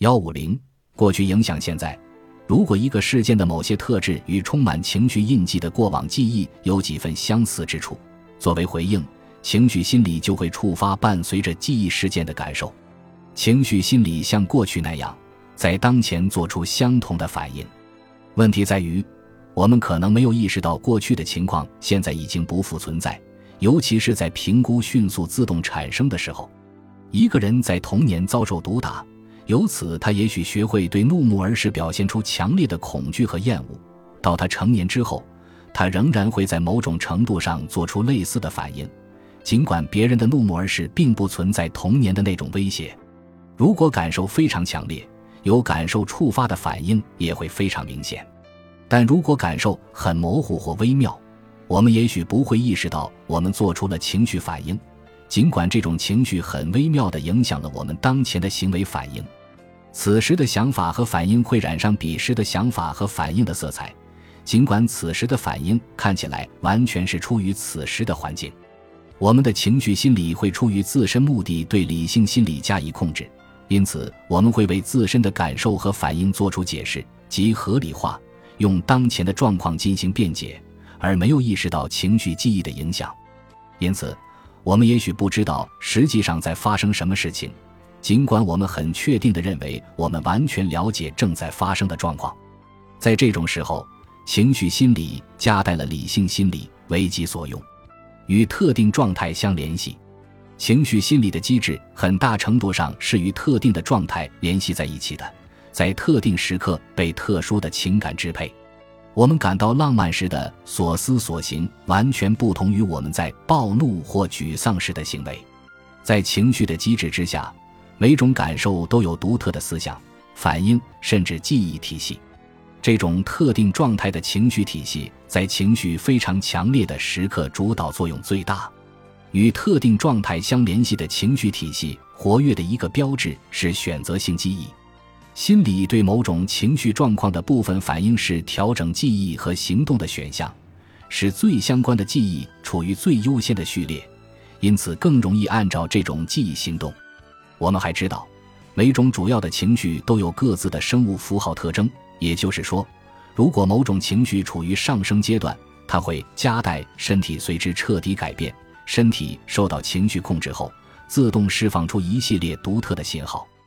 150过去影响现在。如果一个事件的某些特质与充满情绪印记的过往记忆有几分相似之处，作为回应，情绪心理就会触发伴随着记忆事件的感受。情绪心理像过去那样，在当前做出相同的反应。问题在于，我们可能没有意识到过去的情况现在已经不复存在，尤其是在评估迅速自动产生的时候。一个人在童年遭受毒打，由此他也许学会对怒目而视表现出强烈的恐惧和厌恶，到他成年之后，他仍然会在某种程度上做出类似的反应，尽管别人的怒目而视并不存在童年的那种威胁。如果感受非常强烈，由感受触发的反应也会非常明显。但如果感受很模糊或微妙，我们也许不会意识到我们做出了情绪反应，尽管这种情绪很微妙地影响了我们当前的行为反应。此时的想法和反应会染上彼时的想法和反应的色彩，尽管此时的反应看起来完全是出于此时的环境。我们的情绪心理会出于自身目的对理性心理加以控制，因此我们会为自身的感受和反应做出解释及合理化，用当前的状况进行辩解，而没有意识到情绪记忆的影响。因此我们也许不知道实际上在发生什么事情，尽管我们很确定地认为我们完全了解正在发生的状况。在这种时候，情绪心理夹带了理性心理，为己所用，与特定状态相联系。情绪心理的机制很大程度上是与特定的状态联系在一起的，在特定时刻被特殊的情感支配。我们感到浪漫时的所思所行完全不同于我们在暴怒或沮丧时的行为。在情绪的机制之下，每种感受都有独特的思想、反应甚至记忆体系。这种特定状态的情绪体系在情绪非常强烈的时刻主导作用最大。与特定状态相联系的情绪体系活跃的一个标志是选择性记忆。心理对某种情绪状况的部分反应是调整记忆和行动的选项，使最相关的记忆处于最优先的序列，因此更容易按照这种记忆行动。我们还知道，每种主要的情绪都有各自的生物符号特征，也就是说，如果某种情绪处于上升阶段，它会夹带身体随之彻底改变，身体受到情绪控制后，自动释放出一系列独特的信号。